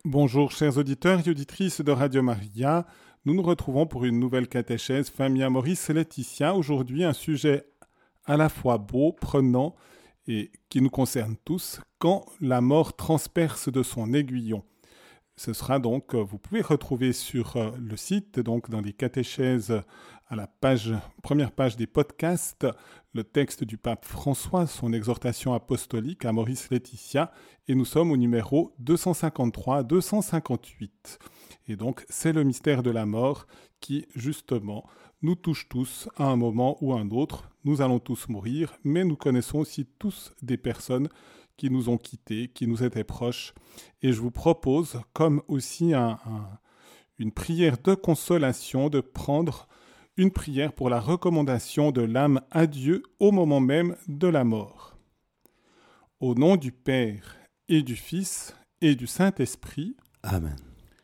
Bonjour chers auditeurs et auditrices de Radio Maria, nous nous retrouvons pour une nouvelle catéchèse Famille Maurice et Laetitia. Aujourd'hui un sujet à la fois beau, prenant et qui nous concerne tous, quand la mort transperce de son aiguillon. Ce sera donc, vous pouvez retrouver sur le site, donc dans les catéchèses, à la première page des podcasts, le texte du pape François, son exhortation apostolique à Maurice Laetitia, et nous sommes au numéro 253-258. Et donc, c'est le mystère de la mort qui, justement, nous touche tous à un moment ou un autre. Nous allons tous mourir, mais nous connaissons aussi tous des personnes qui nous ont quittés, qui nous étaient proches. Et je vous propose, comme aussi une prière de consolation, de prendre une prière pour la recommandation de l'âme à Dieu au moment même de la mort. Au nom du Père et du Fils et du Saint-Esprit. Amen.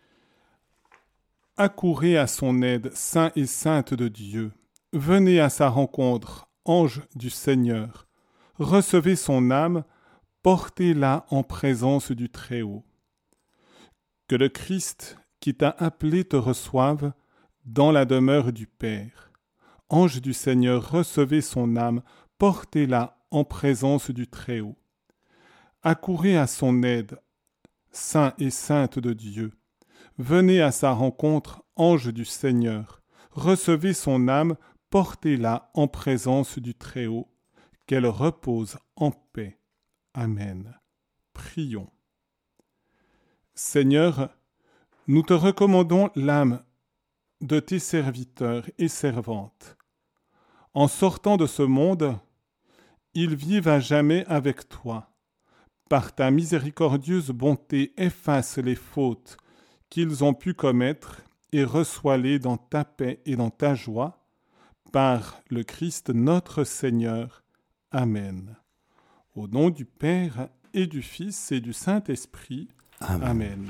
Accourez à son aide, saints et saintes de Dieu. Venez à sa rencontre, anges du Seigneur. Recevez son âme, portez-la en présence du Très-Haut. Que le Christ qui t'a appelé te reçoive dans la demeure du Père. Ange du Seigneur, recevez son âme, portez-la en présence du Très-Haut. Accourez à son aide, saints et saintes de Dieu. Venez à sa rencontre, ange du Seigneur. Recevez son âme, portez-la en présence du Très-Haut. Qu'elle repose en paix. Amen. Prions. Seigneur, nous te recommandons l'âme de tes serviteurs et servantes. En sortant de ce monde, ils vivent à jamais avec toi. Par ta miséricordieuse bonté, efface les fautes qu'ils ont pu commettre et reçois-les dans ta paix et dans ta joie. Par le Christ notre Seigneur. Amen. Au nom du Père et du Fils et du Saint-Esprit. Amen. Amen.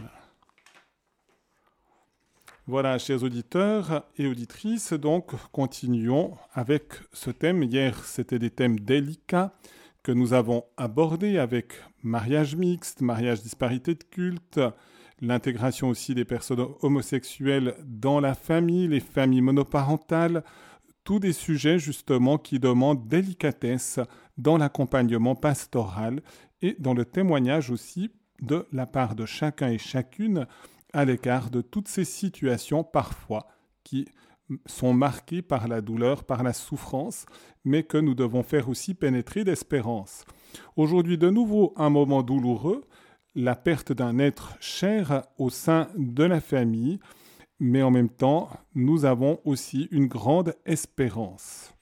Voilà, chers auditeurs et auditrices, donc continuons avec ce thème. Hier, c'était des thèmes délicats que nous avons abordés avec mariage mixte, mariage disparité de culte, l'intégration aussi des personnes homosexuelles dans la famille, les familles monoparentales, tous des sujets justement qui demandent délicatesse dans l'accompagnement pastoral et dans le témoignage aussi de la part de chacun et chacune à l'égard de toutes ces situations parfois qui sont marquées par la douleur, par la souffrance, mais que nous devons faire aussi pénétrer d'espérance. Aujourd'hui, de nouveau, un moment douloureux, la perte d'un être cher au sein de la famille, mais en même temps, nous avons aussi une grande espérance.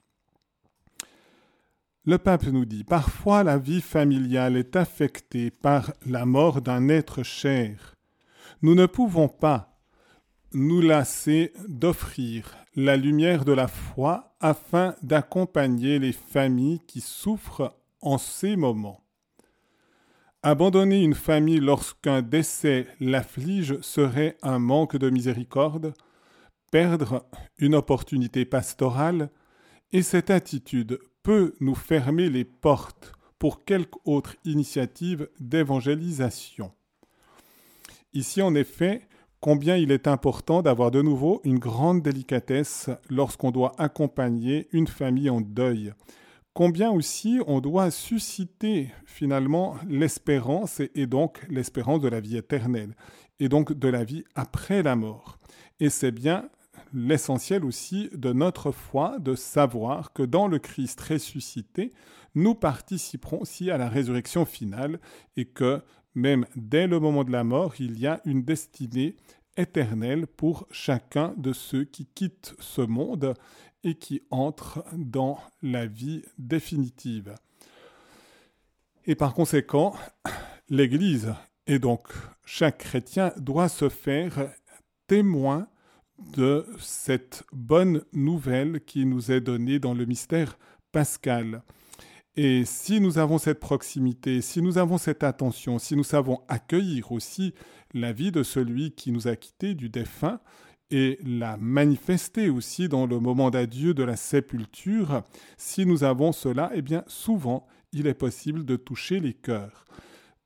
Le pape nous dit, parfois la vie familiale est affectée par la mort d'un être cher. Nous ne pouvons pas nous lasser d'offrir la lumière de la foi afin d'accompagner les familles qui souffrent en ces moments. Abandonner une famille lorsqu'un décès l'afflige serait un manque de miséricorde, perdre une opportunité pastorale, et cette attitude peut nous fermer les portes pour quelque autre initiative d'évangélisation. Ici, en effet, combien il est important d'avoir de nouveau une grande délicatesse lorsqu'on doit accompagner une famille en deuil. Combien aussi on doit susciter finalement l'espérance et donc l'espérance de la vie éternelle et donc de la vie après la mort. Et c'est bien l'essentiel aussi de notre foi de savoir que dans le Christ ressuscité, nous participerons aussi à la résurrection finale et que même dès le moment de la mort, il y a une destinée éternelle pour chacun de ceux qui quittent ce monde et qui entrent dans la vie définitive. Et par conséquent, l'Église et donc chaque chrétien doit se faire témoin de cette bonne nouvelle qui nous est donnée dans le mystère pascal. Et si nous avons cette proximité, si nous avons cette attention, si nous savons accueillir aussi la vie de celui qui nous a quittés, du défunt, et la manifester aussi dans le moment d'adieu de la sépulture, si nous avons cela, eh bien souvent, il est possible de toucher les cœurs.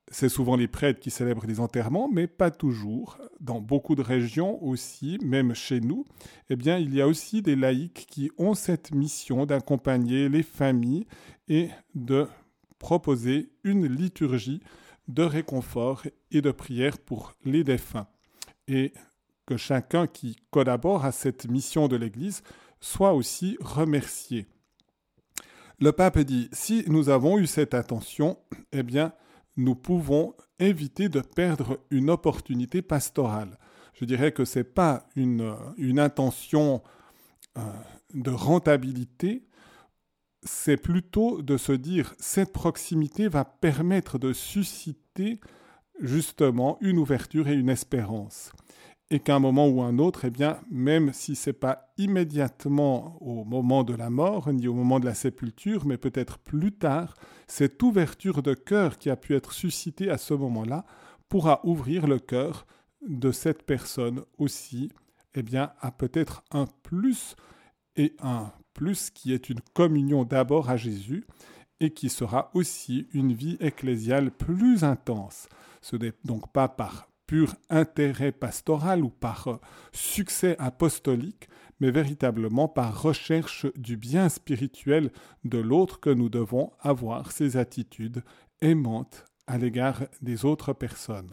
C'est souvent les prêtres qui célèbrent les enterrements, mais pas toujours. Dans beaucoup de régions aussi, même chez nous, eh bien, il y a aussi des laïcs qui ont cette mission d'accompagner les familles et de proposer une liturgie de réconfort et de prière pour les défunts. Et que chacun qui collabore à cette mission de l'Église soit aussi remercié. Le pape dit, si nous avons eu cette attention, eh bien, nous pouvons éviter de perdre une opportunité pastorale. Je dirais que ce n'est pas une intention de rentabilité, c'est plutôt de se dire cette proximité va permettre de susciter justement une ouverture et une espérance. Et qu'à un moment ou un autre, eh bien, même si ce n'est pas immédiatement au moment de la mort, ni au moment de la sépulture, mais peut-être plus tard, cette ouverture de cœur qui a pu être suscitée à ce moment-là pourra ouvrir le cœur de cette personne aussi, eh bien, à peut-être un plus, et un plus qui est une communion d'abord à Jésus, et qui sera aussi une vie ecclésiale plus intense. Ce n'est donc pas par pur intérêt pastoral ou par succès apostolique, mais véritablement par recherche du bien spirituel de l'autre que nous devons avoir ces attitudes aimantes à l'égard des autres personnes.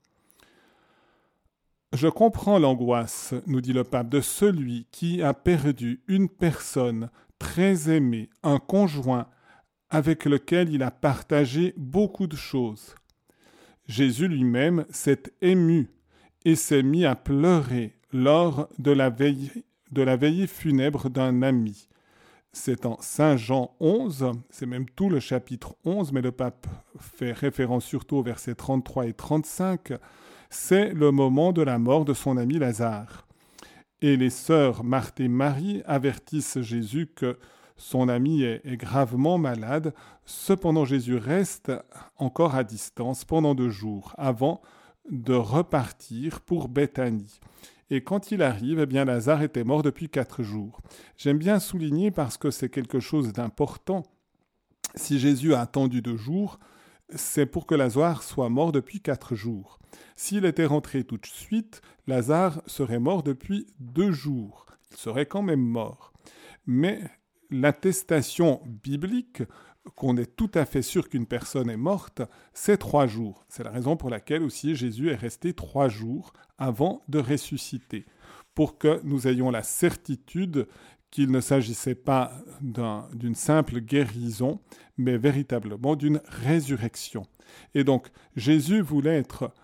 Je comprends l'angoisse, nous dit le pape, de celui qui a perdu une personne très aimée, un conjoint avec lequel il a partagé beaucoup de choses. Jésus lui-même s'est ému et s'est mis à pleurer lors de la veillée funèbre d'un ami. C'est en Saint Jean 11, c'est même tout le chapitre 11, mais le pape fait référence surtout aux versets 33 et 35. C'est le moment de la mort de son ami Lazare. Et les sœurs Marthe et Marie avertissent Jésus que son ami est gravement malade. Cependant, Jésus reste encore à distance pendant 2 jours avant de repartir pour Béthanie. Et quand il arrive, eh bien, Lazare était mort depuis 4 jours. J'aime bien souligner parce que c'est quelque chose d'important. Si Jésus a attendu 2 jours, c'est pour que Lazare soit mort depuis 4 jours. S'il était rentré tout de suite, Lazare serait mort depuis 2 jours. Il serait quand même mort. Mais l'attestation biblique qu'on est tout à fait sûr qu'une personne est morte, c'est 3 jours. C'est la raison pour laquelle aussi Jésus est resté 3 jours avant de ressusciter, pour que nous ayons la certitude qu'il ne s'agissait pas d'une simple guérison, mais véritablement d'une résurrection. Et donc, Jésus voulait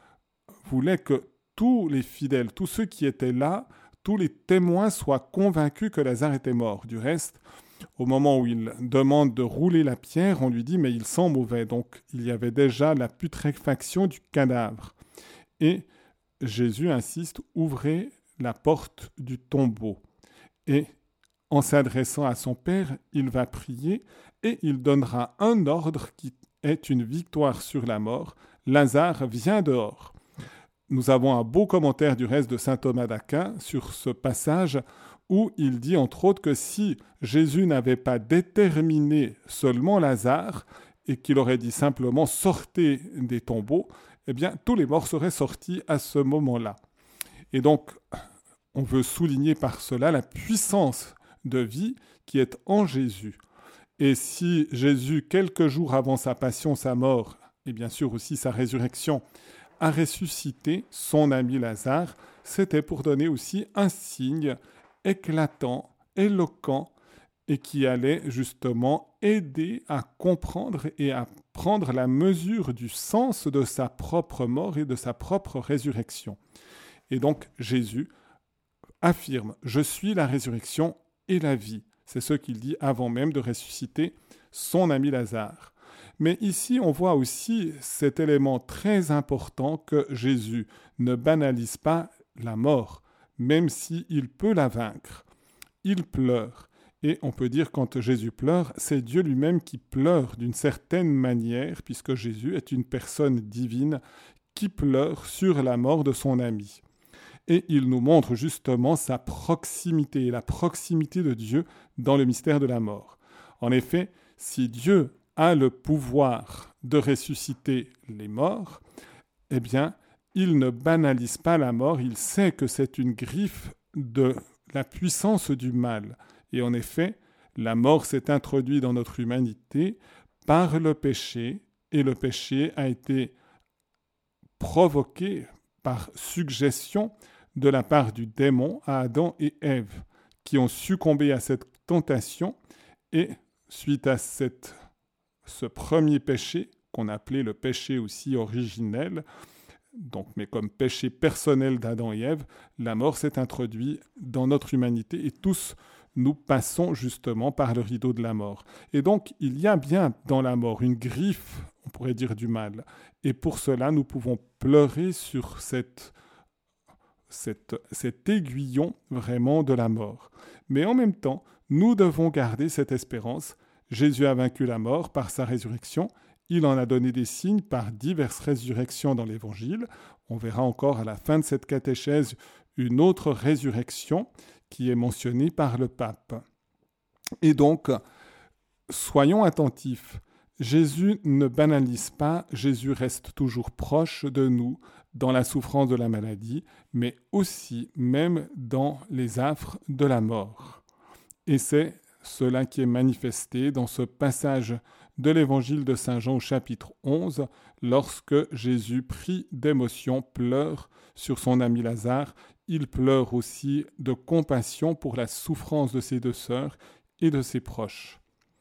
que tous les fidèles, tous ceux qui étaient là, tous les témoins soient convaincus que Lazare était mort. Du reste, au moment où il demande de rouler la pierre, on lui dit « mais il sent mauvais ». Donc, il y avait déjà la putréfaction du cadavre. Et Jésus insiste « ouvrez la porte du tombeau ». Et en s'adressant à son Père, il va prier et il donnera un ordre qui est une victoire sur la mort. Lazare, viens dehors. Nous avons un beau commentaire du reste de saint Thomas d'Aquin sur ce passage où il dit entre autres que si Jésus n'avait pas déterminé seulement Lazare et qu'il aurait dit simplement « sortez des tombeaux », eh bien tous les morts seraient sortis à ce moment-là. Et donc, on veut souligner par cela la puissance de vie qui est en Jésus. Et si Jésus, quelques jours avant sa passion, sa mort, et bien sûr aussi sa résurrection, a ressuscité son ami Lazare, c'était pour donner aussi un signe éclatant, éloquent, et qui allait justement aider à comprendre et à prendre la mesure du sens de sa propre mort et de sa propre résurrection. Et donc Jésus affirme « Je suis la résurrection et la vie ». C'est ce qu'il dit avant même de ressusciter son ami Lazare. Mais ici, on voit aussi cet élément très important que Jésus ne banalise pas la mort, même s'il peut la vaincre. Il pleure. Et on peut dire quand Jésus pleure, c'est Dieu lui-même qui pleure d'une certaine manière, puisque Jésus est une personne divine qui pleure sur la mort de son ami. Et il nous montre justement sa proximité, la proximité de Dieu dans le mystère de la mort. En effet, si Dieu a le pouvoir de ressusciter les morts, eh bien, il ne banalise pas la mort, il sait que c'est une griffe de la puissance du mal. Et en effet, la mort s'est introduite dans notre humanité par le péché, et le péché a été provoqué par suggestion de la part du démon à Adam et Ève, qui ont succombé à cette tentation, et suite à ce premier péché, qu'on appelait le péché aussi originel, donc, mais comme péché personnel d'Adam et Ève, la mort s'est introduite dans notre humanité et tous nous passons justement par le rideau de la mort. Et donc, il y a bien dans la mort une griffe, on pourrait dire, du mal. Et pour cela, nous pouvons pleurer sur cet aiguillon vraiment de la mort. Mais en même temps, nous devons garder cette espérance. Jésus a vaincu la mort par sa résurrection. Il en a donné des signes par diverses résurrections dans l'Évangile. On verra encore à la fin de cette catéchèse une autre résurrection qui est mentionnée par le pape. Et donc, soyons attentifs. Jésus ne banalise pas, Jésus reste toujours proche de nous dans la souffrance de la maladie, mais aussi même dans les affres de la mort. Et c'est cela qui est manifesté dans ce passage de l'évangile de Saint Jean au chapitre 11, lorsque Jésus, pris d'émotion, pleure sur son ami Lazare. Il pleure aussi de compassion pour la souffrance de ses deux sœurs et de ses proches.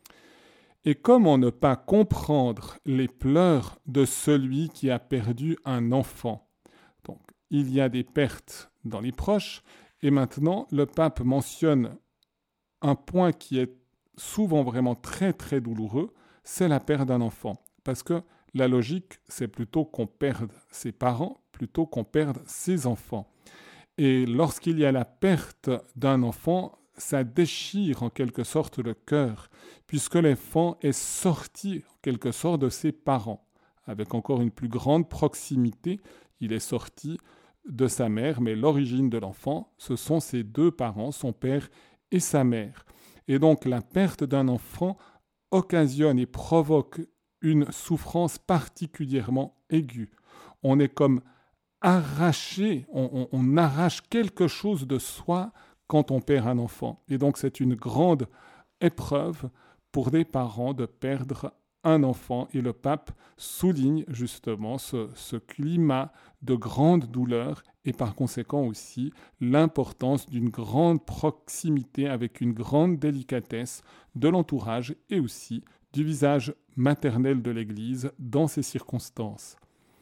Et comment ne pas comprendre les pleurs de celui qui a perdu un enfant? Donc, il y a des pertes dans les proches, et maintenant, le pape mentionne un point qui est souvent vraiment très très douloureux, c'est la perte d'un enfant. Parce que la logique, c'est plutôt qu'on perde ses parents, plutôt qu'on perde ses enfants. Et lorsqu'il y a la perte d'un enfant, ça déchire en quelque sorte le cœur, puisque l'enfant est sorti en quelque sorte de ses parents. Avec encore une plus grande proximité, il est sorti de sa mère, mais l'origine de l'enfant, ce sont ses deux parents, son père et sa mère. Et donc la perte d'un enfant occasionne et provoque une souffrance particulièrement aiguë. On est comme arraché, on arrache quelque chose de soi quand on perd un enfant. Et donc c'est une grande épreuve pour des parents de perdre un enfant. Et le pape souligne justement ce climat de grande douleur et par conséquent aussi l'importance d'une grande proximité avec une grande délicatesse de l'entourage et aussi du visage maternel de l'Église dans ces circonstances.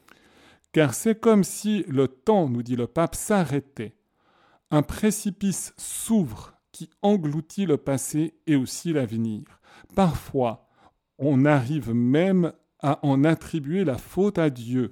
Car c'est comme si le temps, nous dit le pape, s'arrêtait. Un précipice s'ouvre qui engloutit le passé et aussi l'avenir. Parfois, on arrive même à en attribuer la faute à Dieu.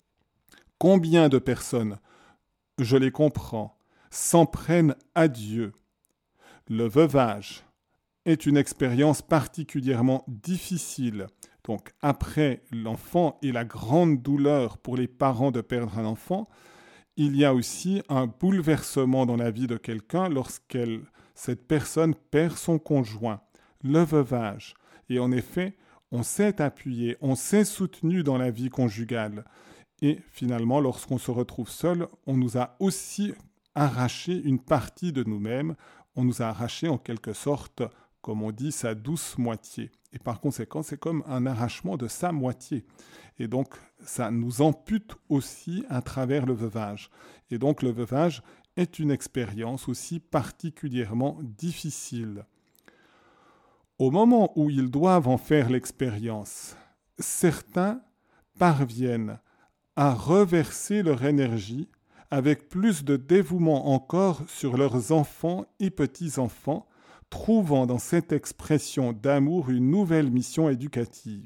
Combien de personnes, je les comprends, s'en prennent à Dieu. Le veuvage est une expérience particulièrement difficile. Donc après l'enfant et la grande douleur pour les parents de perdre un enfant, il y a aussi un bouleversement dans la vie de quelqu'un cette personne perd son conjoint, le veuvage. Et en effet, on s'est appuyé, on s'est soutenu dans la vie conjugale. Et finalement, lorsqu'on se retrouve seul, on nous a aussi arraché une partie de nous-mêmes. On nous a arraché en quelque sorte, comme on dit, sa douce moitié. Et par conséquent, c'est comme un arrachement de sa moitié. Et donc, ça nous ampute aussi à travers le veuvage. Et donc, le veuvage est une expérience aussi particulièrement difficile. Au moment où ils doivent en faire l'expérience, certains parviennent à reverser leur énergie avec plus de dévouement encore sur leurs enfants et petits-enfants, trouvant dans cette expression d'amour une nouvelle mission éducative.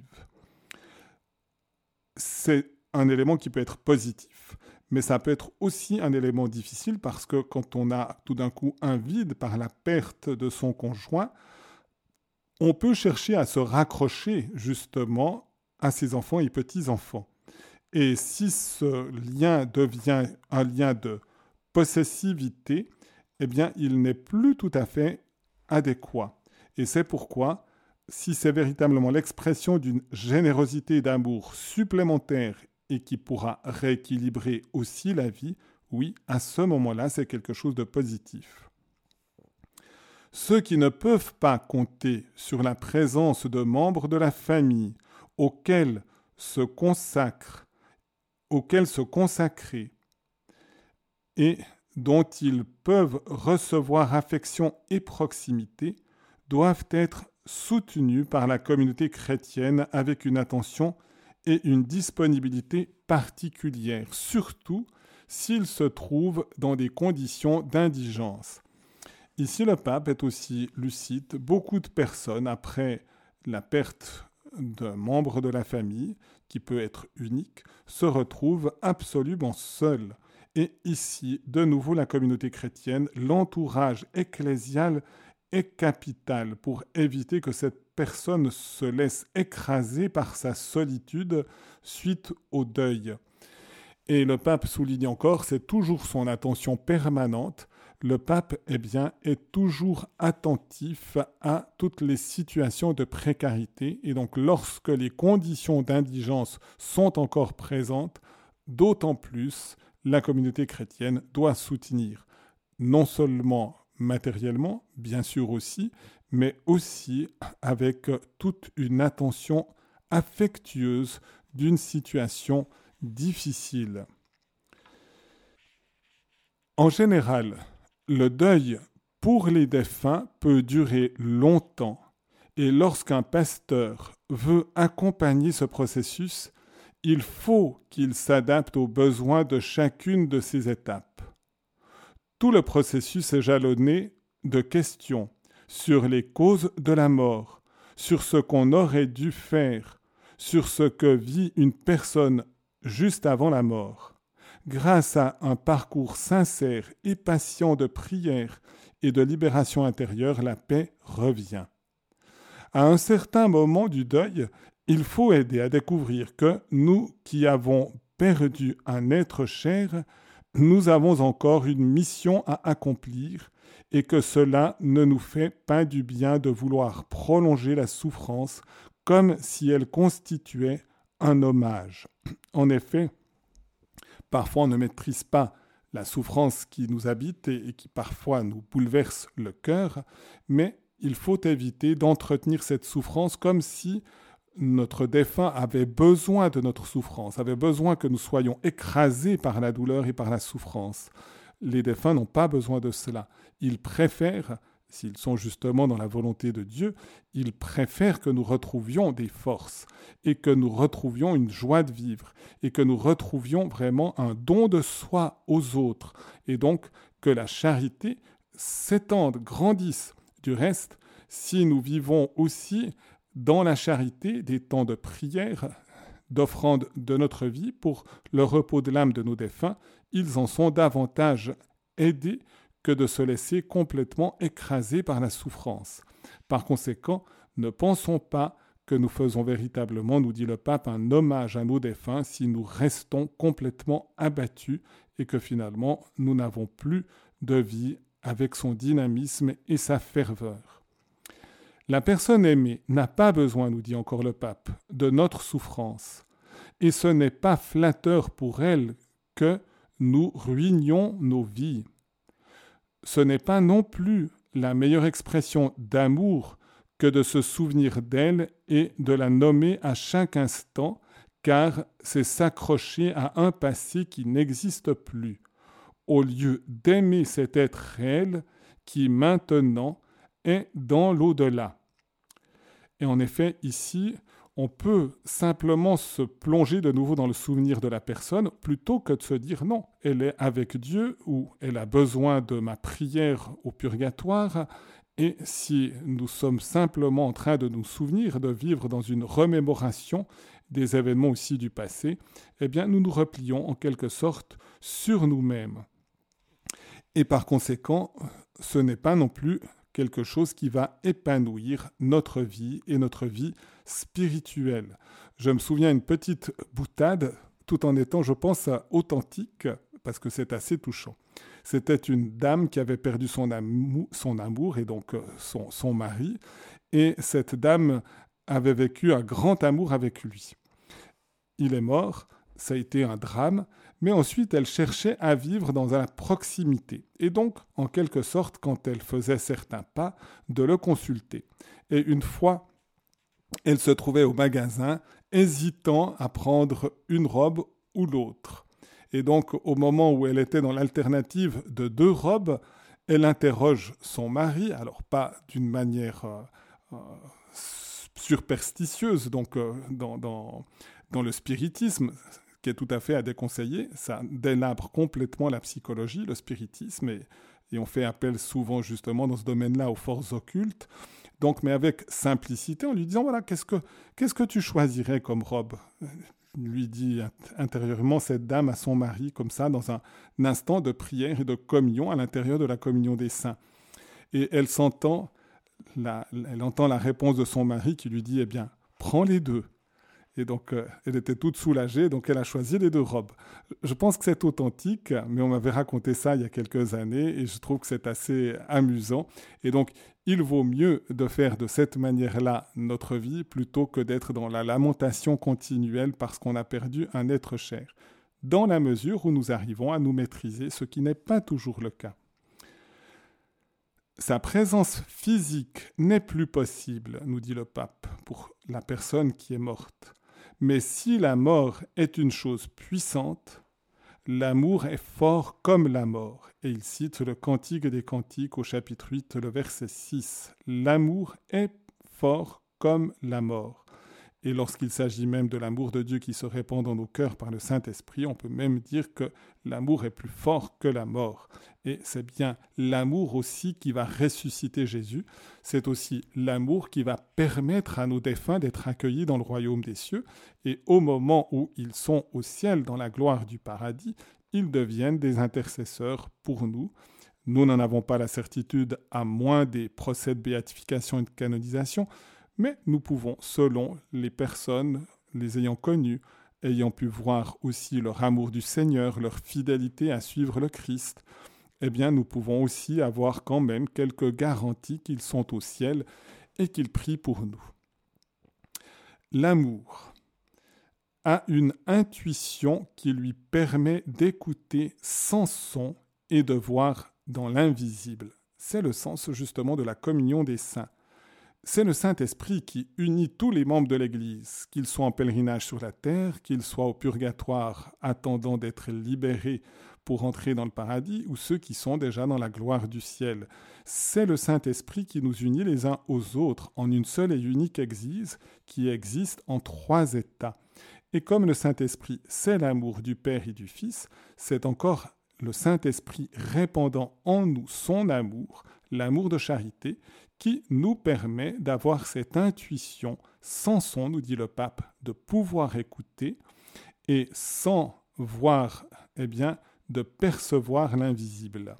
C'est un élément qui peut être positif, mais ça peut être aussi un élément difficile parce que quand on a tout d'un coup un vide par la perte de son conjoint, on peut chercher à se raccrocher justement à ses enfants et petits-enfants. Et si ce lien devient un lien de possessivité, eh bien, il n'est plus tout à fait adéquat. Et c'est pourquoi si c'est véritablement l'expression d'une générosité et d'amour supplémentaire et qui pourra rééquilibrer aussi la vie, oui, à ce moment-là, c'est quelque chose de positif. Ceux qui ne peuvent pas compter sur la présence de membres de la famille auxquels se consacrer et dont ils peuvent recevoir affection et proximité doivent être soutenus par la communauté chrétienne avec une attention et une disponibilité particulière, surtout s'ils se trouvent dans des conditions d'indigence. Ici, le pape est aussi lucide. Beaucoup de personnes, après la perte d'un membre de la famille, qui peut être unique, se retrouvent absolument seuls. Et ici, de nouveau, la communauté chrétienne, l'entourage ecclésial est capital pour éviter que cette personne se laisse écraser par sa solitude suite au deuil. Et le pape souligne encore, c'est toujours son attention permanente. Le pape, est toujours attentif à toutes les situations de précarité. Et donc, lorsque les conditions d'indigence sont encore présentes, d'autant plus, la communauté chrétienne doit soutenir, non seulement matériellement, bien sûr aussi, mais aussi avec toute une attention affectueuse d'une situation difficile. En général, le deuil pour les défunts peut durer longtemps et lorsqu'un pasteur veut accompagner ce processus, il faut qu'il s'adapte aux besoins de chacune de ces étapes. Tout le processus est jalonné de questions sur les causes de la mort, sur ce qu'on aurait dû faire, sur ce que vit une personne juste avant la mort. Grâce à un parcours sincère et patient de prière et de libération intérieure, la paix revient. À un certain moment du deuil, il faut aider à découvrir que nous qui avons perdu un être cher, nous avons encore une mission à accomplir et que cela ne nous fait pas du bien de vouloir prolonger la souffrance comme si elle constituait un hommage. En effet, parfois on ne maîtrise pas la souffrance qui nous habite et qui parfois nous bouleverse le cœur, mais il faut éviter d'entretenir cette souffrance comme si notre défunt avait besoin de notre souffrance, avait besoin que nous soyons écrasés par la douleur et par la souffrance. Les défunts n'ont pas besoin de cela. Ils préfèrent, s'ils sont justement dans la volonté de Dieu, ils préfèrent que nous retrouvions des forces et que nous retrouvions une joie de vivre et que nous retrouvions vraiment un don de soi aux autres et donc que la charité s'étende, grandisse. Du reste, si nous vivons aussi dans la charité des temps de prière, d'offrande de notre vie pour le repos de l'âme de nos défunts, ils en sont davantage aidés que de se laisser complètement écraser par la souffrance. Par conséquent, ne pensons pas que nous faisons véritablement, nous dit le pape, un hommage à nos défunts si nous restons complètement abattus et que finalement nous n'avons plus de vie avec son dynamisme et sa ferveur. La personne aimée n'a pas besoin, nous dit encore le pape, de notre souffrance. Et ce n'est pas flatteur pour elle que nous ruinions nos vies. Ce n'est pas non plus la meilleure expression d'amour que de se souvenir d'elle et de la nommer à chaque instant, car c'est s'accrocher à un passé qui n'existe plus, au lieu d'aimer cet être réel qui maintenant est dans l'au-delà. Et en effet, ici, on peut simplement se plonger de nouveau dans le souvenir de la personne plutôt que de se dire non, elle est avec Dieu ou elle a besoin de ma prière au purgatoire. Et si nous sommes simplement en train de nous souvenir, de vivre dans une remémoration des événements aussi du passé, eh bien nous nous replions en quelque sorte sur nous-mêmes. Et par conséquent, ce n'est pas non plus quelque chose qui va épanouir notre vie et notre vie spirituelle. Je me souviens une petite boutade, tout en étant, je pense, authentique, parce que c'est assez touchant. C'était une dame qui avait perdu son amour et donc son mari, et cette dame avait vécu un grand amour avec lui. Il est mort, ça a été un drame, mais ensuite elle cherchait à vivre dans la proximité, et donc en quelque sorte, quand elle faisait certains pas, de le consulter. Et une fois, elle se trouvait au magasin, hésitant à prendre une robe ou l'autre. Et donc, au moment où elle était dans l'alternative de deux robes, elle interroge son mari, alors pas d'une manière superstitieuse, donc dans le spiritisme, qui est tout à fait à déconseiller. Ça délabre complètement la psychologie, le spiritisme, et on fait appel souvent justement dans ce domaine-là aux forces occultes. Donc, mais avec simplicité, en lui disant, voilà, qu'est-ce que tu choisirais comme robe ? Lui dit intérieurement cette dame à son mari, comme ça, dans un instant de prière et de communion à l'intérieur de la communion des saints. Et elle entend la réponse de son mari qui lui dit, eh bien, prends les deux. Et donc, elle était toute soulagée, donc elle a choisi les deux robes. Je pense que c'est authentique, mais on m'avait raconté ça il y a quelques années, et je trouve que c'est assez amusant. Et donc, il vaut mieux de faire de cette manière-là notre vie, plutôt que d'être dans la lamentation continuelle parce qu'on a perdu un être cher, dans la mesure où nous arrivons à nous maîtriser, ce qui n'est pas toujours le cas. Sa présence physique n'est plus possible, nous dit le pape, pour la personne qui est morte. Mais si la mort est une chose puissante, l'amour est fort comme la mort. Et il cite le Cantique des Cantiques au chapitre 8, le verset 6. L'amour est fort comme la mort. Et lorsqu'il s'agit même de l'amour de Dieu qui se répand dans nos cœurs par le Saint-Esprit, on peut même dire que l'amour est plus fort que la mort. Et c'est bien l'amour aussi qui va ressusciter Jésus. C'est aussi l'amour qui va permettre à nos défunts d'être accueillis dans le royaume des cieux. Et au moment où ils sont au ciel, dans la gloire du paradis, ils deviennent des intercesseurs pour nous. Nous n'en avons pas la certitude à moins des procès de béatification et de canonisation, mais nous pouvons, selon les personnes les ayant connues, ayant pu voir aussi leur amour du Seigneur, leur fidélité à suivre le Christ, eh bien nous pouvons aussi avoir quand même quelques garanties qu'ils sont au ciel et qu'ils prient pour nous. L'amour a une intuition qui lui permet d'écouter sans son et de voir dans l'invisible. C'est le sens justement de la communion des saints. C'est le Saint-Esprit qui unit tous les membres de l'Église, qu'ils soient en pèlerinage sur la terre, qu'ils soient au purgatoire attendant d'être libérés pour entrer dans le paradis, ou ceux qui sont déjà dans la gloire du ciel. C'est le Saint-Esprit qui nous unit les uns aux autres en une seule et unique Église qui existe en 3 états. Et comme le Saint-Esprit, c'est l'amour du Père et du Fils, c'est encore le Saint-Esprit répandant en nous son amour, l'amour de charité, qui nous permet d'avoir cette intuition, sans son, nous dit le pape, de pouvoir écouter et sans voir, eh bien, de percevoir l'invisible.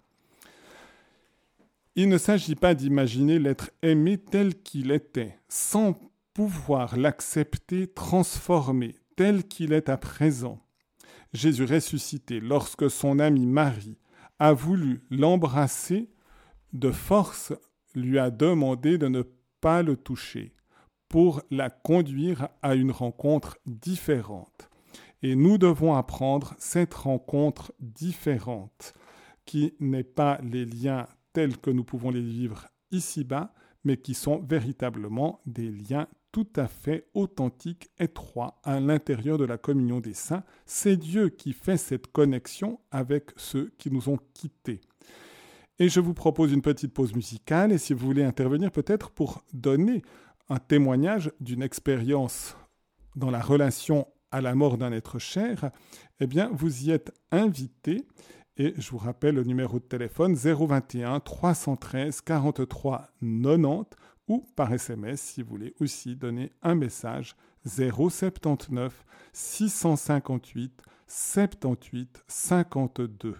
Il ne s'agit pas d'imaginer l'être aimé tel qu'il était, sans pouvoir l'accepter transformé, tel qu'il est à présent. Jésus ressuscité, lorsque son amie Marie a voulu l'embrasser, de force lui a demandé de ne pas le toucher pour la conduire à une rencontre différente. Et nous devons apprendre cette rencontre différente, qui n'est pas les liens tels que nous pouvons les vivre ici-bas, mais qui sont véritablement des liens tout à fait authentiques, étroits, à l'intérieur de la communion des saints. C'est Dieu qui fait cette connexion avec ceux qui nous ont quittés. Et je vous propose une petite pause musicale, et si vous voulez intervenir peut-être pour donner un témoignage d'une expérience dans la relation à la mort d'un être cher, eh bien vous y êtes invité, et je vous rappelle le numéro de téléphone 021 313 43 90, ou par SMS si vous voulez aussi donner un message 079 658 78 52.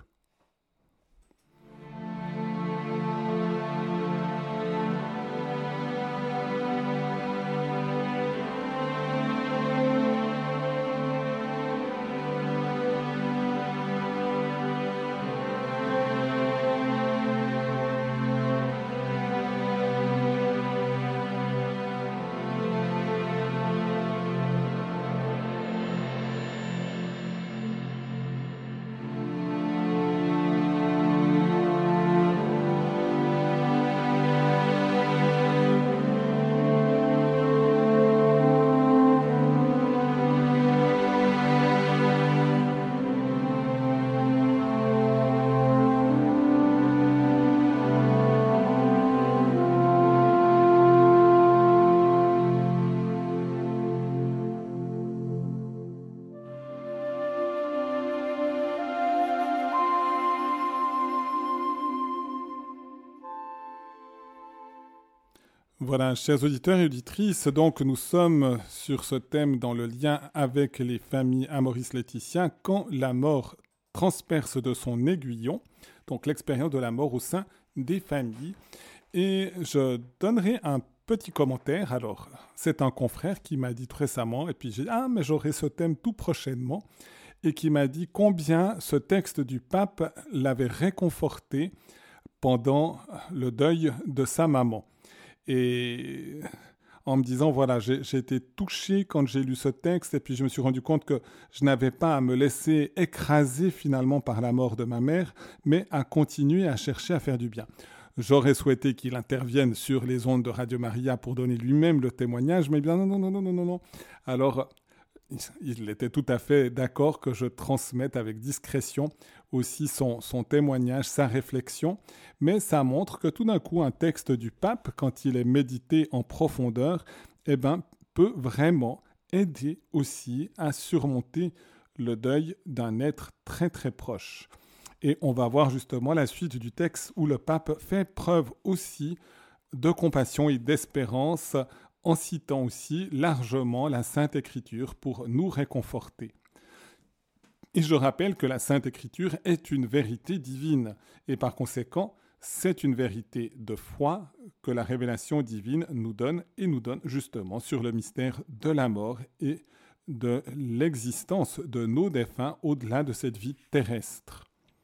Voilà, chers auditeurs et auditrices, donc nous sommes sur ce thème dans le lien avec les familles Amoris-Laetitia, quand la mort transperce de son aiguillon, donc l'expérience de la mort au sein des familles. Et je donnerai un petit commentaire. Alors, c'est un confrère qui m'a dit tout récemment, et puis j'ai dit « Ah, mais j'aurai ce thème tout prochainement », et qui m'a dit combien ce texte du pape l'avait réconforté pendant le deuil de sa maman. Et en me disant, voilà, j'ai été touché quand j'ai lu ce texte et puis je me suis rendu compte que je n'avais pas à me laisser écraser finalement par la mort de ma mère, mais à continuer à chercher à faire du bien. J'aurais souhaité qu'il intervienne sur les ondes de Radio Maria pour donner lui-même le témoignage, mais bien non. Alors, il était tout à fait d'accord que je transmette avec discrétion aussi son témoignage, sa réflexion, mais ça montre que tout d'un coup, un texte du pape, quand il est médité en profondeur, peut vraiment aider aussi à surmonter le deuil d'un être très très proche. Et on va voir justement la suite du texte où le pape fait preuve aussi de compassion et d'espérance en citant aussi largement la Sainte Écriture pour nous réconforter. Et je rappelle que la Sainte Écriture est une vérité divine, et par conséquent, c'est une vérité de foi que la révélation divine nous donne, et nous donne justement sur le mystère de la mort et de l'existence de nos défunts au-delà de cette vie terrestre.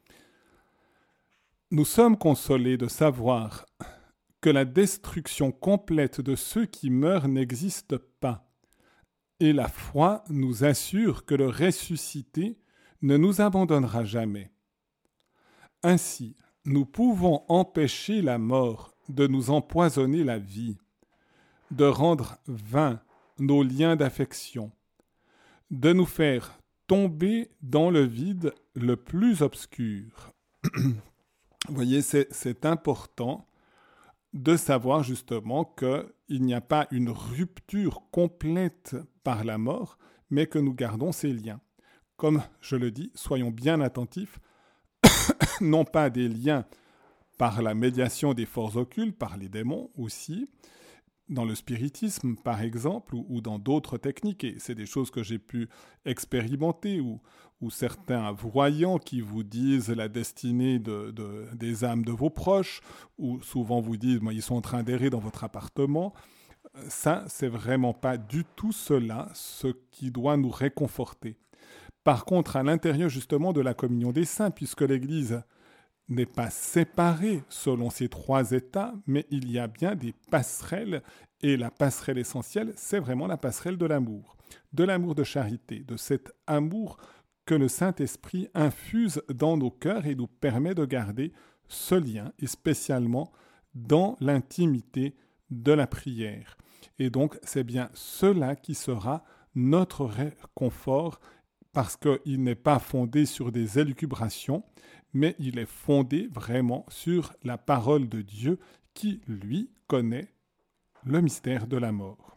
Nous sommes consolés de savoir que la destruction complète de ceux qui meurent n'existe pas. Et la foi nous assure que le ressuscité ne nous abandonnera jamais. Ainsi, nous pouvons empêcher la mort de nous empoisonner la vie, de rendre vains nos liens d'affection, de nous faire tomber dans le vide le plus obscur. Vous voyez, c'est important de savoir justement qu'il n'y a pas une rupture complète par la mort, mais que nous gardons ces liens. Comme je le dis, soyons bien attentifs, non pas des liens par la médiation des forces occultes, par les démons aussi, dans le spiritisme par exemple, ou dans d'autres techniques, et c'est des choses que j'ai pu expérimenter, ou certains voyants qui vous disent la destinée des âmes de vos proches, ou souvent vous disent ils sont en train d'errer dans votre appartement. Ça, c'est vraiment pas du tout cela, ce qui doit nous réconforter. Par contre, à l'intérieur justement de la communion des saints, puisque l'Église n'est pas séparée selon ces trois états, mais il y a bien des passerelles, et la passerelle essentielle, c'est vraiment la passerelle de l'amour de charité, de cet amour que le Saint-Esprit infuse dans nos cœurs et nous permet de garder ce lien, et spécialement dans l'intimité de la prière. Et donc, c'est bien cela qui sera notre réconfort, parce qu'il n'est pas fondé sur des élucubrations, mais il est fondé vraiment sur la parole de Dieu qui, lui, connaît le mystère de la mort.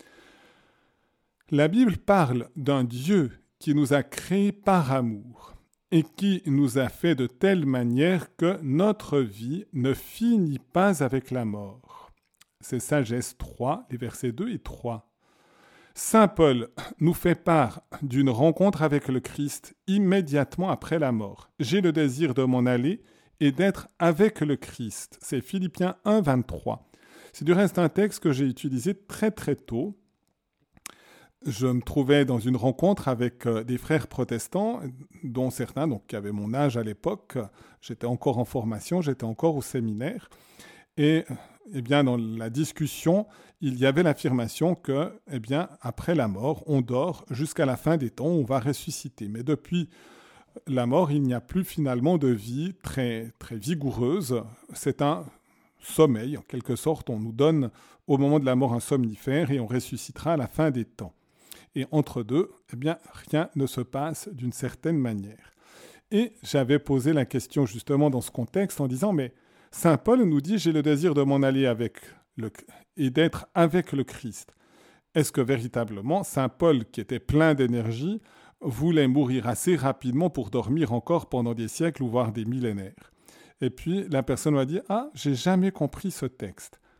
La Bible parle d'un Dieu qui nous a créés par amour et qui nous a fait de telle manière que notre vie ne finit pas avec la mort. C'est Sagesse 3, les versets 2 et 3. Saint Paul nous fait part d'une rencontre avec le Christ immédiatement après la mort. J'ai le désir de m'en aller et d'être avec le Christ. C'est Philippiens 1, 23. C'est du reste un texte que j'ai utilisé très très tôt. Je me trouvais dans une rencontre avec des frères protestants, dont certains qui avaient mon âge à l'époque. J'étais encore en formation, j'étais encore au séminaire. Et bien, dans la discussion, il y avait l'affirmation que, après la mort, on dort jusqu'à la fin des temps, on va ressusciter. Mais depuis la mort, il n'y a plus finalement de vie très, très vigoureuse. C'est un sommeil, en quelque sorte. On nous donne au moment de la mort un somnifère et on ressuscitera à la fin des temps. Et entre deux, rien ne se passe d'une certaine manière. Et j'avais posé la question justement dans ce contexte en disant, mais Saint Paul nous dit « J'ai le désir de m'en aller et d'être avec le Christ ». Est-ce que véritablement, Saint Paul, qui était plein d'énergie, voulait mourir assez rapidement pour dormir encore pendant des siècles ou voire des millénaires ? Et puis la personne m'a dit « Ah, j'ai jamais compris ce texte ».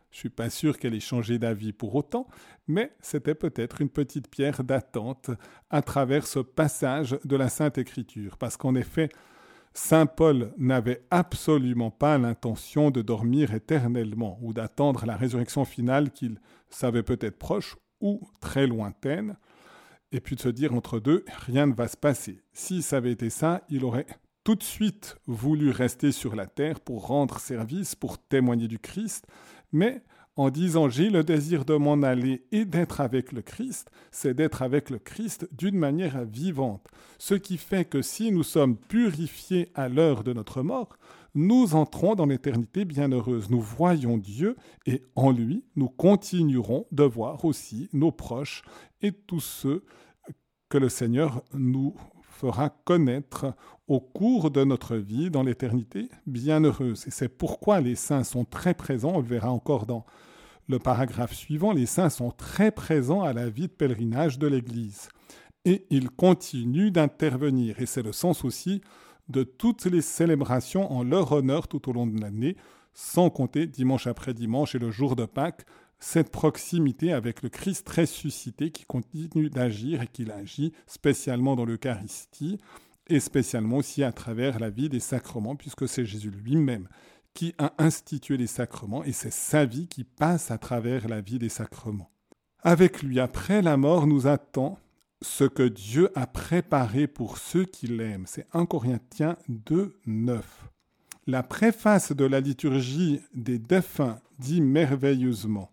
Je ne suis pas sûr qu'elle ait changé d'avis pour autant, mais c'était peut-être une petite pierre d'attente à travers ce passage de la Sainte Écriture. Parce qu'en effet, Saint Paul n'avait absolument pas l'intention de dormir éternellement ou d'attendre la résurrection finale qu'il savait peut-être proche ou très lointaine, et puis de se dire entre deux, rien ne va se passer. Si ça avait été ça, il aurait tout de suite voulu rester sur la terre pour rendre service, pour témoigner du Christ, mais en disant j'ai le désir de m'en aller et d'être avec le Christ, c'est d'être avec le Christ d'une manière vivante. Ce qui fait que si nous sommes purifiés à l'heure de notre mort, nous entrons dans l'éternité bienheureuse. Nous voyons Dieu et en lui, nous continuerons de voir aussi nos proches et tous ceux que le Seigneur nous fera connaître au cours de notre vie dans l'éternité bienheureuse. Et c'est pourquoi les saints sont très présents, on le verra encore dans le paragraphe suivant, les saints sont très présents à la vie de pèlerinage de l'Église. Et ils continuent d'intervenir. Et c'est le sens aussi de toutes les célébrations en leur honneur tout au long de l'année, sans compter dimanche après dimanche et le jour de Pâques, cette proximité avec le Christ ressuscité qui continue d'agir et qu'il agit spécialement dans l'Eucharistie et spécialement aussi à travers la vie des sacrements, puisque c'est Jésus lui-même qui a institué les sacrements et c'est sa vie qui passe à travers la vie des sacrements. Avec lui, après la mort, nous attend ce que Dieu a préparé pour ceux qui l'aiment. C'est 1 Corinthiens 2, 9. La préface de la liturgie des défunts dit merveilleusement: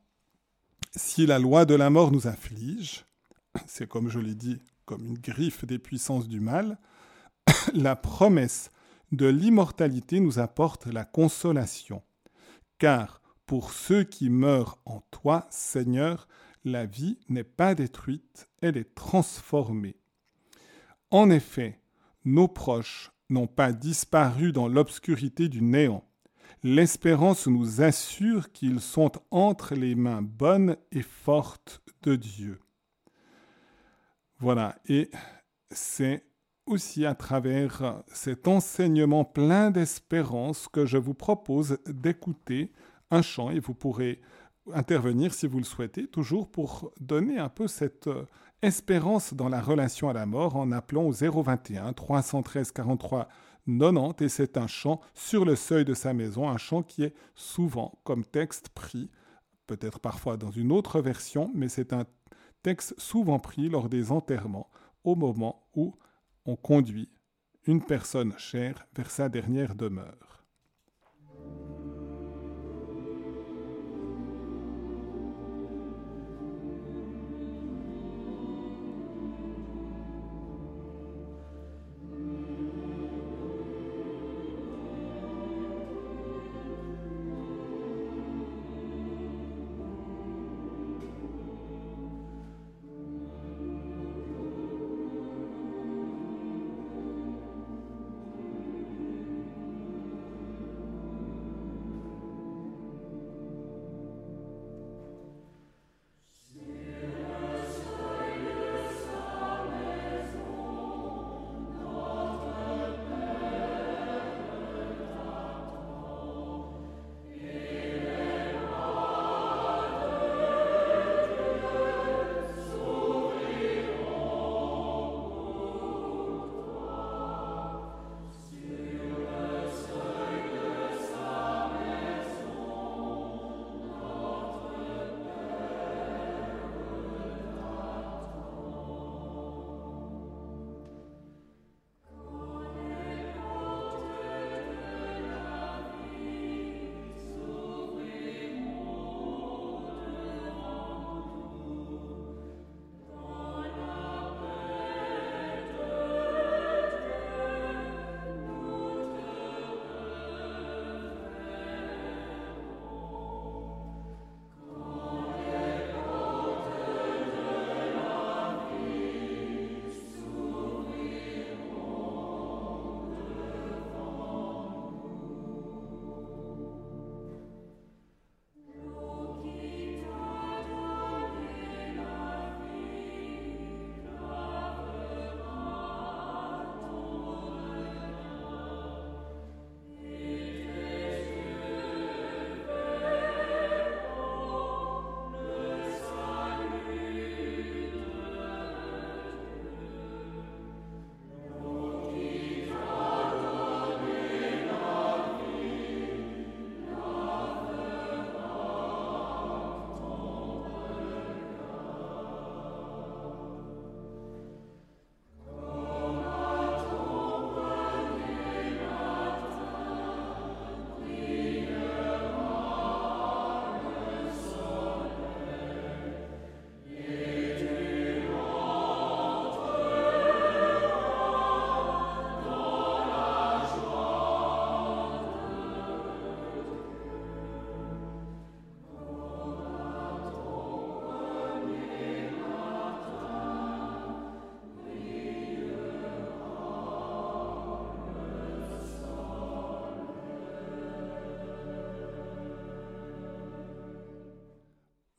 si la loi de la mort nous afflige, c'est comme je l'ai dit, comme une griffe des puissances du mal, la promesse de l'immortalité nous apporte la consolation. Car pour ceux qui meurent en toi, Seigneur, la vie n'est pas détruite, elle est transformée. En effet, nos proches n'ont pas disparu dans l'obscurité du néant. L'espérance nous assure qu'ils sont entre les mains bonnes et fortes de Dieu. Voilà, et c'est aussi à travers cet enseignement plein d'espérance que je vous propose d'écouter un chant, et vous pourrez intervenir si vous le souhaitez, toujours pour donner un peu cette espérance dans la relation à la mort en appelant au 021 313 43 90, et c'est un chant sur le seuil de sa maison, un chant qui est souvent comme texte pris, peut-être parfois dans une autre version, mais c'est un texte souvent pris lors des enterrements, au moment où on conduit une personne chère vers sa dernière demeure.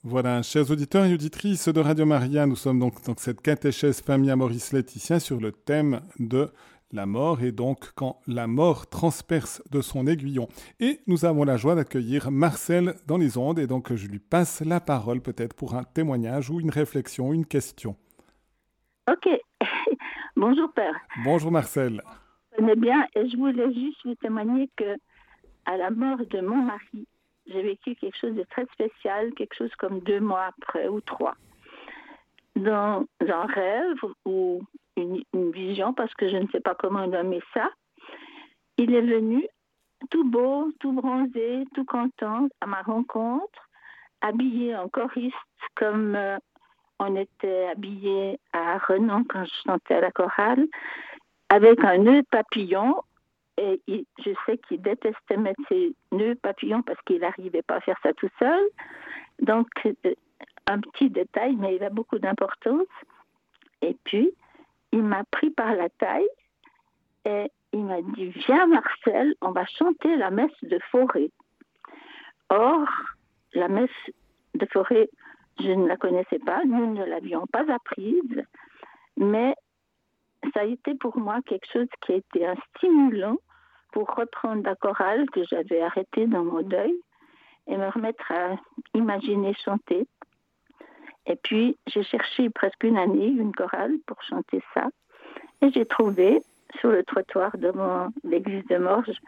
Voilà, chers auditeurs et auditrices de Radio Maria, nous sommes donc dans cette catéchèse famille à Maurice Laetitia sur le thème de la mort et donc quand la mort transperce de son aiguillon. Et nous avons la joie d'accueillir Marcel dans les ondes et donc je lui passe la parole peut-être pour un témoignage ou une réflexion, une question. Ok. Bonjour Père. Bonjour Marcel. Je connais bien et je voulais juste vous témoigner que à la mort de mon mari, j'ai vécu quelque chose de très spécial, quelque chose comme 2 mois après ou 3. Dans un rêve ou une vision, parce que je ne sais pas comment nommer ça, il est venu tout beau, tout bronzé, tout content à ma rencontre, habillé en choriste comme on était habillé à Renan quand je chantais à la chorale, avec un nœud papillon. Et je sais qu'il détestait mettre ses nœuds papillons parce qu'il n'arrivait pas à faire ça tout seul. Donc, un petit détail, mais il a beaucoup d'importance. Et puis, il m'a pris par la taille et il m'a dit « Viens Marcel, on va chanter la messe de Forêt ». Or, la messe de Forêt, je ne la connaissais pas, nous ne l'avions pas apprise, mais ça a été pour moi quelque chose qui a été un stimulant pour reprendre la chorale que j'avais arrêtée dans mon deuil et me remettre à imaginer chanter. Et puis, j'ai cherché presque une année une chorale pour chanter ça. Et j'ai trouvé sur le trottoir de l'église de Morges,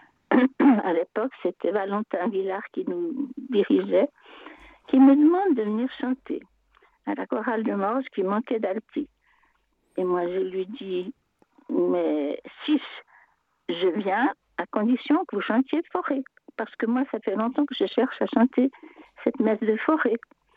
à l'époque, c'était Valentin Villard qui nous dirigeait, qui me demande de venir chanter à la chorale de Morges qui manquait d'alti. Et moi, je lui dis, mais si je viens à condition que vous chantiez Forêt. Parce que moi, ça fait longtemps que je cherche à chanter cette messe de Forêt.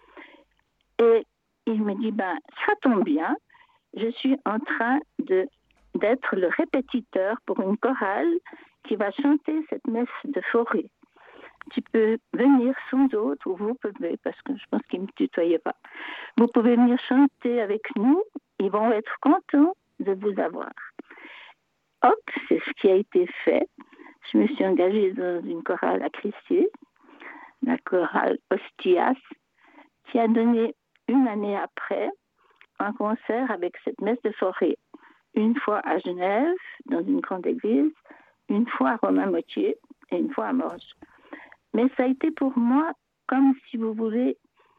Et il me dit, ça tombe bien, je suis en train d'être le répétiteur pour une chorale qui va chanter cette messe de Forêt. Tu peux venir sans autre, ou vous pouvez, parce que je pense qu'il ne me tutoyait pas. Vous pouvez venir chanter avec nous, ils vont être contents de vous avoir. Hop, c'est ce qui a été fait. Je me suis engagée dans une chorale à Crissier, la chorale Ostias, qui a donné une année après un concert avec cette messe de Forêt. Une fois à Genève, dans une grande église, une fois à Romain-Motier et une fois à Morges. Mais ça a été pour moi, comme si vous voulez,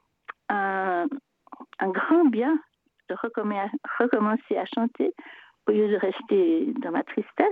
un grand bien de recommencer à chanter au lieu de rester dans ma tristesse.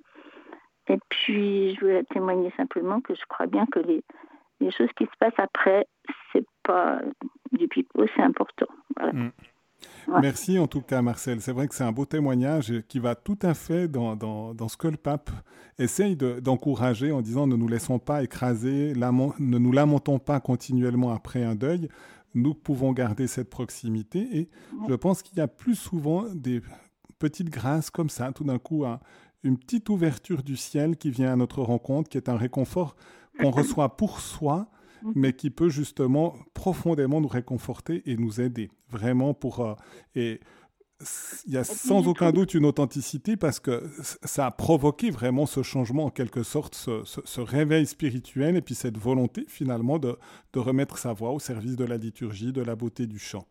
Et puis, je voulais témoigner simplement que je crois bien que les choses qui se passent après, c'est pas du pipeau, c'est important. Voilà. Ouais. Merci en tout cas Marcel, c'est vrai que c'est un beau témoignage qui va tout à fait dans ce que le pape essaye d'encourager en disant ne nous laissons pas écraser, ne nous lamentons pas continuellement après un deuil, nous pouvons garder cette proximité et je pense qu'il y a plus souvent des petites grâces comme ça, tout d'un coup une petite ouverture du ciel qui vient à notre rencontre, qui est un réconfort qu'on reçoit pour soi, mais qui peut justement profondément nous réconforter et nous aider. Vraiment et il y a sans aucun doute une authenticité parce que ça a provoqué vraiment ce changement, en quelque sorte, ce réveil spirituel et puis cette volonté finalement de remettre sa voix au service de la liturgie, de la beauté du chant.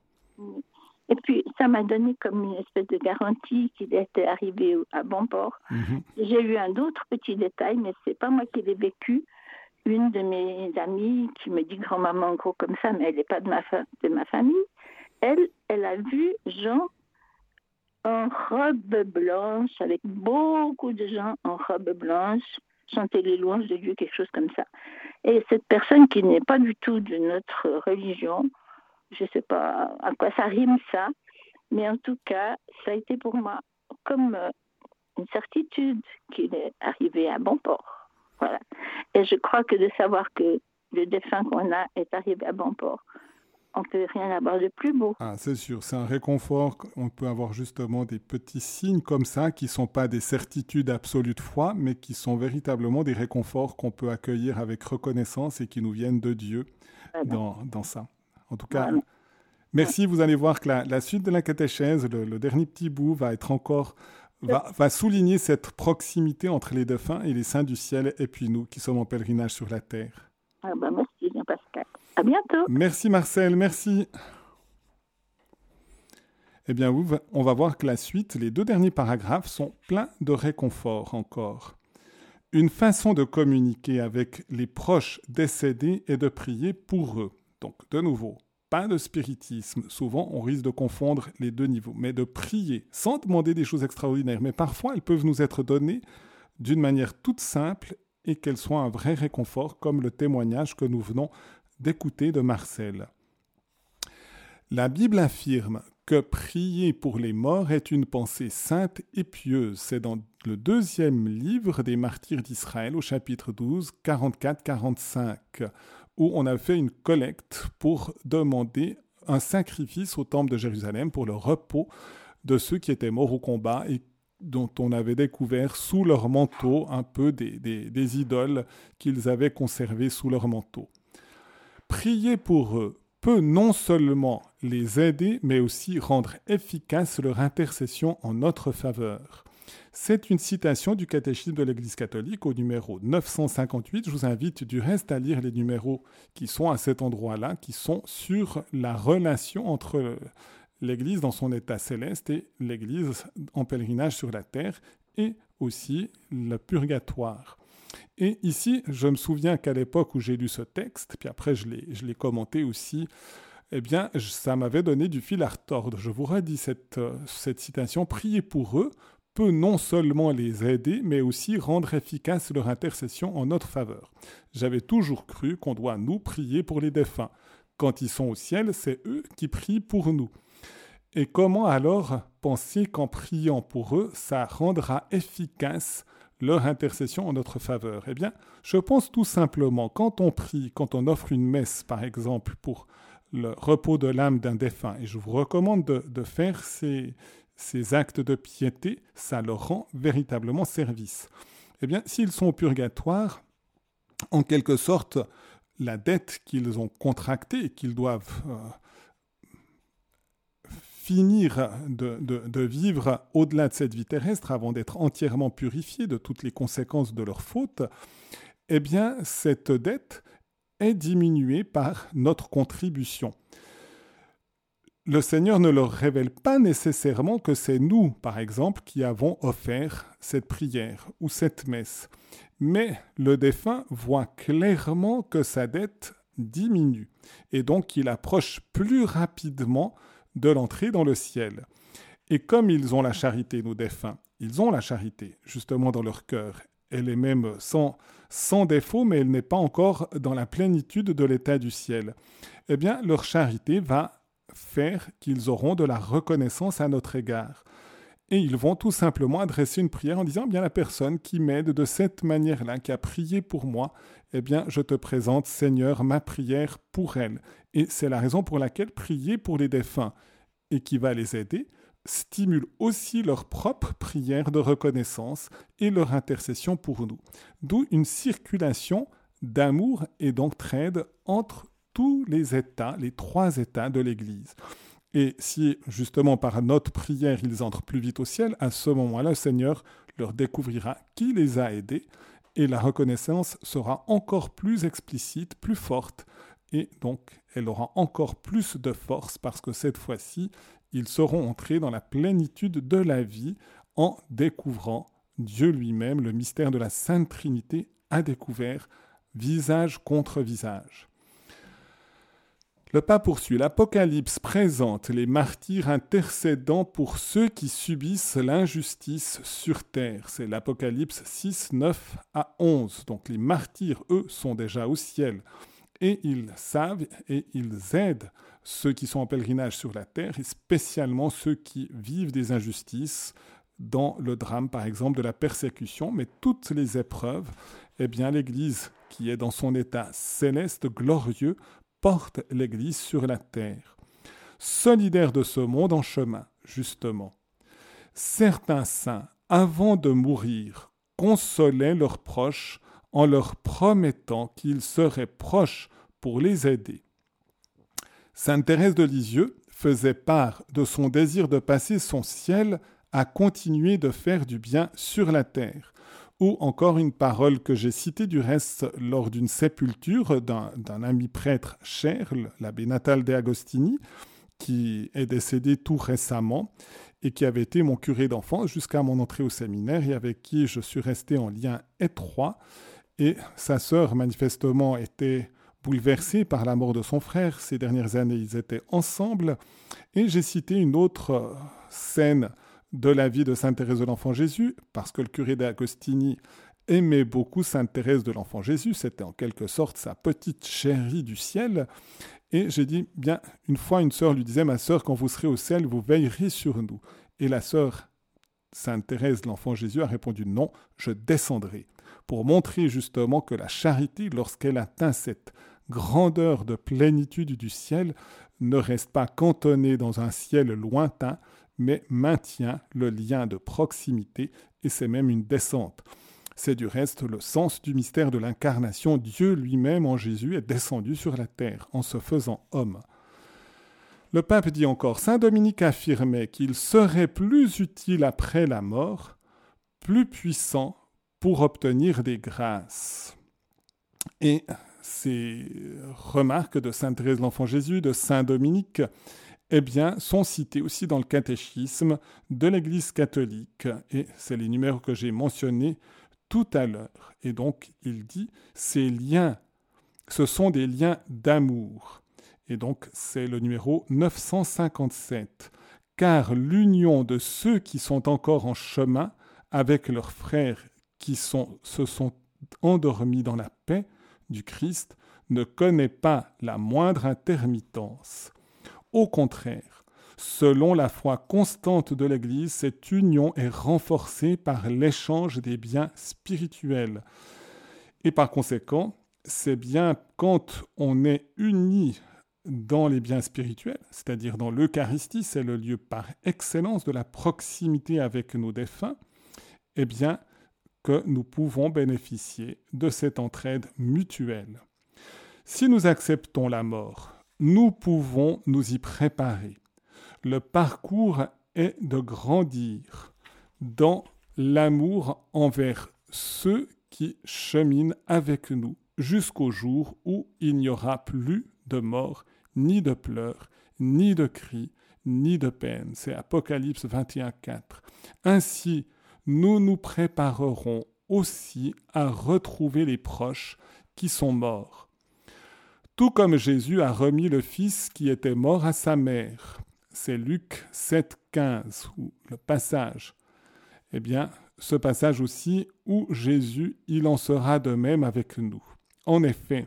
Et puis, ça m'a donné comme une espèce de garantie qu'il était arrivé à bon port. J'ai eu un autre petit détail, mais ce n'est pas moi qui l'ai vécu. Une de mes amies qui me dit grand-maman gros comme ça, mais elle n'est pas de ma famille, elle a vu Jean en robe blanche, avec beaucoup de gens en robe blanche, chanter les louanges de Dieu, quelque chose comme ça. Et cette personne qui n'est pas du tout de notre religion, je ne sais pas à quoi ça rime ça, mais en tout cas, ça a été pour moi comme une certitude qu'il est arrivé à bon port. Voilà. Et je crois que de savoir que le défunt qu'on a est arrivé à bon port, on ne peut rien avoir de plus beau. Ah, c'est sûr, c'est un réconfort. On peut avoir justement des petits signes comme ça qui ne sont pas des certitudes absolues de foi, mais qui sont véritablement des réconforts qu'on peut accueillir avec reconnaissance et qui nous viennent de Dieu dans ça. En tout cas, merci. Vous allez voir que la suite de la catéchèse, le dernier petit bout, va être encore... Va souligner cette proximité entre les défunts et les saints du ciel et puis nous qui sommes en pèlerinage sur la terre. Merci Jean-Pascal. À bientôt. Merci Marcel, merci. Eh bien, on va voir que la suite, les 2 derniers paragraphes sont pleins de réconfort encore. Une façon de communiquer avec les proches décédés est de prier pour eux. Donc, de nouveau, pas de spiritisme. Souvent, on risque de confondre les 2 niveaux, mais de prier sans demander des choses extraordinaires. Mais parfois, elles peuvent nous être données d'une manière toute simple et qu'elles soient un vrai réconfort, comme le témoignage que nous venons d'écouter de Marcel. La Bible affirme que prier pour les morts est une pensée sainte et pieuse. C'est dans le 2e livre des martyrs d'Israël, au chapitre 12, 44-45, où on a fait une collecte pour demander un sacrifice au temple de Jérusalem pour le repos de ceux qui étaient morts au combat et dont on avait découvert sous leur manteau un peu des idoles qu'ils avaient conservées sous leur manteau. Prier pour eux peut non seulement les aider, mais aussi rendre efficace leur intercession en notre faveur. C'est une citation du catéchisme de l'Église catholique au numéro 958. Je vous invite du reste à lire les numéros qui sont à cet endroit-là, qui sont sur la relation entre l'Église dans son état céleste et l'Église en pèlerinage sur la terre, et aussi le purgatoire. Et ici, je me souviens qu'à l'époque où j'ai lu ce texte, puis après je l'ai commenté aussi, eh bien, ça m'avait donné du fil à retordre. Je vous redis cette citation, « Prier pour eux peut non seulement les aider, mais aussi rendre efficace leur intercession en notre faveur. » J'avais toujours cru qu'on doit nous prier pour les défunts. Quand ils sont au ciel, c'est eux qui prient pour nous. Et comment alors penser qu'en priant pour eux, ça rendra efficace leur intercession en notre faveur? Eh bien, je pense tout simplement, quand on prie, quand on offre une messe, par exemple, pour le repos de l'âme d'un défunt, et je vous recommande de faire ces actes de piété, ça leur rend véritablement service. Eh bien, s'ils sont au purgatoire, en quelque sorte, la dette qu'ils ont contractée et qu'ils doivent finir de vivre au-delà de cette vie terrestre avant d'être entièrement purifiés de toutes les conséquences de leurs fautes, eh bien, cette dette est diminuée par notre contribution. Le Seigneur ne leur révèle pas nécessairement que c'est nous, par exemple, qui avons offert cette prière ou cette messe. Mais le défunt voit clairement que sa dette diminue et donc il approche plus rapidement de l'entrée dans le ciel. Et comme ils ont la charité, nos défunts, ils ont la charité justement dans leur cœur. Elle est même sans défaut, mais elle n'est pas encore dans la plénitude de l'état du ciel. Eh bien, leur charité va faire qu'ils auront de la reconnaissance à notre égard. Et ils vont tout simplement adresser une prière en disant, bien, la personne qui m'aide de cette manière-là, qui a prié pour moi, eh bien, je te présente, Seigneur, ma prière pour elle. Et c'est la raison pour laquelle prier pour les défunts et qui va les aider stimule aussi leur propre prière de reconnaissance et leur intercession pour nous. D'où une circulation d'amour et d'entraide entre tous les états, les 3 états de l'Église. Et si, justement, par notre prière, ils entrent plus vite au ciel, à ce moment-là, le Seigneur leur découvrira qui les a aidés et la reconnaissance sera encore plus explicite, plus forte, et donc elle aura encore plus de force parce que cette fois-ci, ils seront entrés dans la plénitude de la vie en découvrant Dieu lui-même, le mystère de la Sainte Trinité à découvert, visage contre visage. Le pape poursuit. L'Apocalypse présente les martyrs intercédant pour ceux qui subissent l'injustice sur terre. C'est l'Apocalypse 6, 9 à 11. Donc les martyrs, eux, sont déjà au ciel. Et ils savent et ils aident ceux qui sont en pèlerinage sur la terre, et spécialement ceux qui vivent des injustices dans le drame, par exemple, de la persécution. Mais toutes les épreuves, eh bien, l'Église, qui est dans son état céleste, glorieux, porte l'Église sur la terre. Solidaire de ce monde en chemin, justement. Certains saints, avant de mourir, consolaient leurs proches en leur promettant qu'ils seraient proches pour les aider. Sainte Thérèse de Lisieux faisait part de son désir de passer son ciel à continuer de faire du bien sur la terre. Ou encore une parole que j'ai citée du reste lors d'une sépulture d'un ami prêtre cher, l'abbé Natale de Agostini, qui est décédé tout récemment et qui avait été mon curé d'enfance jusqu'à mon entrée au séminaire et avec qui je suis resté en lien étroit. Et sa sœur, manifestement, était bouleversée par la mort de son frère. Ces dernières années, ils étaient ensemble. Et j'ai cité une autre scène de la vie de Sainte Thérèse de l'Enfant Jésus, parce que le curé d'Agostini aimait beaucoup Sainte Thérèse de l'Enfant Jésus. C'était en quelque sorte sa petite chérie du ciel. Et j'ai dit, bien, une fois, une sœur lui disait, ma sœur, quand vous serez au ciel, vous veillerez sur nous. Et la sœur Sainte Thérèse de l'Enfant Jésus a répondu, non, je descendrai. Pour montrer justement que la charité, lorsqu'elle atteint cette grandeur de plénitude du ciel, ne reste pas cantonnée dans un ciel lointain, mais maintient le lien de proximité, et c'est même une descente. C'est du reste le sens du mystère de l'incarnation. Dieu lui-même en Jésus est descendu sur la terre en se faisant homme. Le pape dit encore, Saint Dominique affirmait qu'il serait plus utile après la mort, plus puissant pour obtenir des grâces. Et ces remarques de Sainte Thérèse de l'Enfant Jésus, de Saint Dominique, eh bien, sont citées aussi dans le catéchisme de l'Église catholique. Et c'est les numéros que j'ai mentionnés tout à l'heure. Et donc, il dit, ces liens, ce sont des liens d'amour. Et donc, c'est le numéro 957. Car l'union de ceux qui sont encore en chemin avec leurs frères qui se sont endormis dans la paix du Christ ne connaît pas la moindre intermittence. Au contraire, selon la foi constante de l'Église, cette union est renforcée par l'échange des biens spirituels. Et par conséquent, c'est bien quand on est unis dans les biens spirituels, c'est-à-dire dans l'Eucharistie, c'est le lieu par excellence de la proximité avec nos défunts, eh bien, que nous pouvons bénéficier de cette entraide mutuelle. Si nous acceptons la mort, nous pouvons nous y préparer. Le parcours est de grandir dans l'amour envers ceux qui cheminent avec nous jusqu'au jour où il n'y aura plus de mort, ni de pleurs, ni de cris, ni de peine. C'est Apocalypse 21:4. Ainsi, nous nous préparerons aussi à retrouver les proches qui sont morts. Tout comme Jésus a remis le Fils qui était mort à sa mère. C'est Luc 7:15, ou le passage. Eh bien, ce passage aussi où Jésus, il en sera de même avec nous. En effet,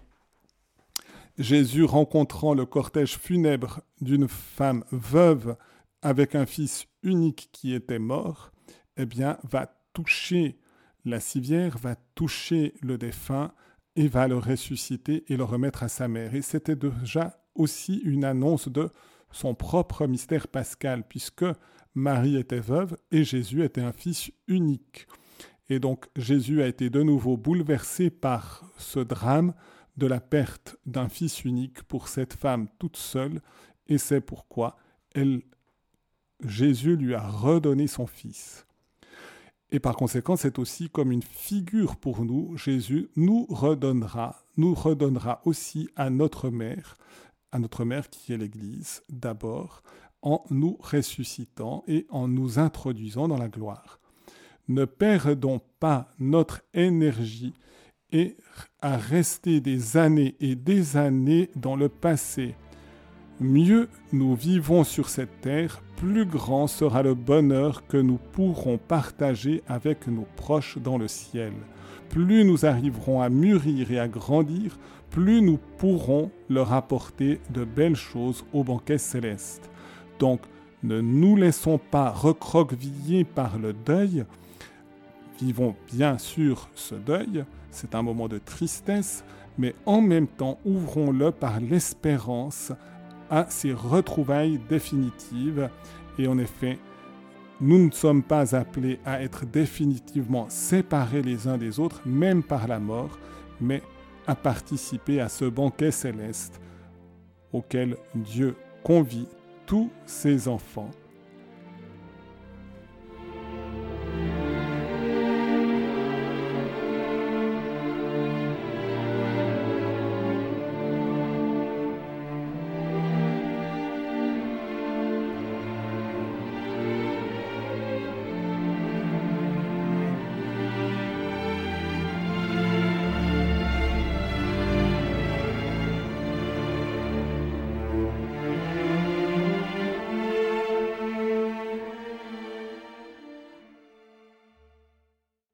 Jésus, rencontrant le cortège funèbre d'une femme veuve avec un fils unique qui était mort, eh bien, va toucher la civière, va toucher le défunt et va le ressusciter et le remettre à sa mère. Et c'était déjà aussi une annonce de son propre mystère pascal, puisque Marie était veuve et Jésus était un fils unique. Et donc Jésus a été de nouveau bouleversé par ce drame de la perte d'un fils unique pour cette femme toute seule, et c'est pourquoi Jésus lui a redonné son fils. Et par conséquent, c'est aussi comme une figure pour nous. Jésus nous redonnera aussi à notre mère qui est l'Église, d'abord, en nous ressuscitant et en nous introduisant dans la gloire. Ne perdons pas notre énergie et à rester des années et des années dans le passé. Mieux nous vivons sur cette terre, plus grand sera le bonheur que nous pourrons partager avec nos proches dans le ciel. Plus nous arriverons à mûrir et à grandir, plus nous pourrons leur apporter de belles choses au banquet céleste. Donc, ne nous laissons pas recroqueviller par le deuil. Vivons bien sûr ce deuil, c'est un moment de tristesse, mais en même temps, ouvrons-le par l'espérance à ces retrouvailles définitives. Et en effet, nous ne sommes pas appelés à être définitivement séparés les uns des autres, même par la mort, mais à participer à ce banquet céleste auquel Dieu convie tous ses enfants.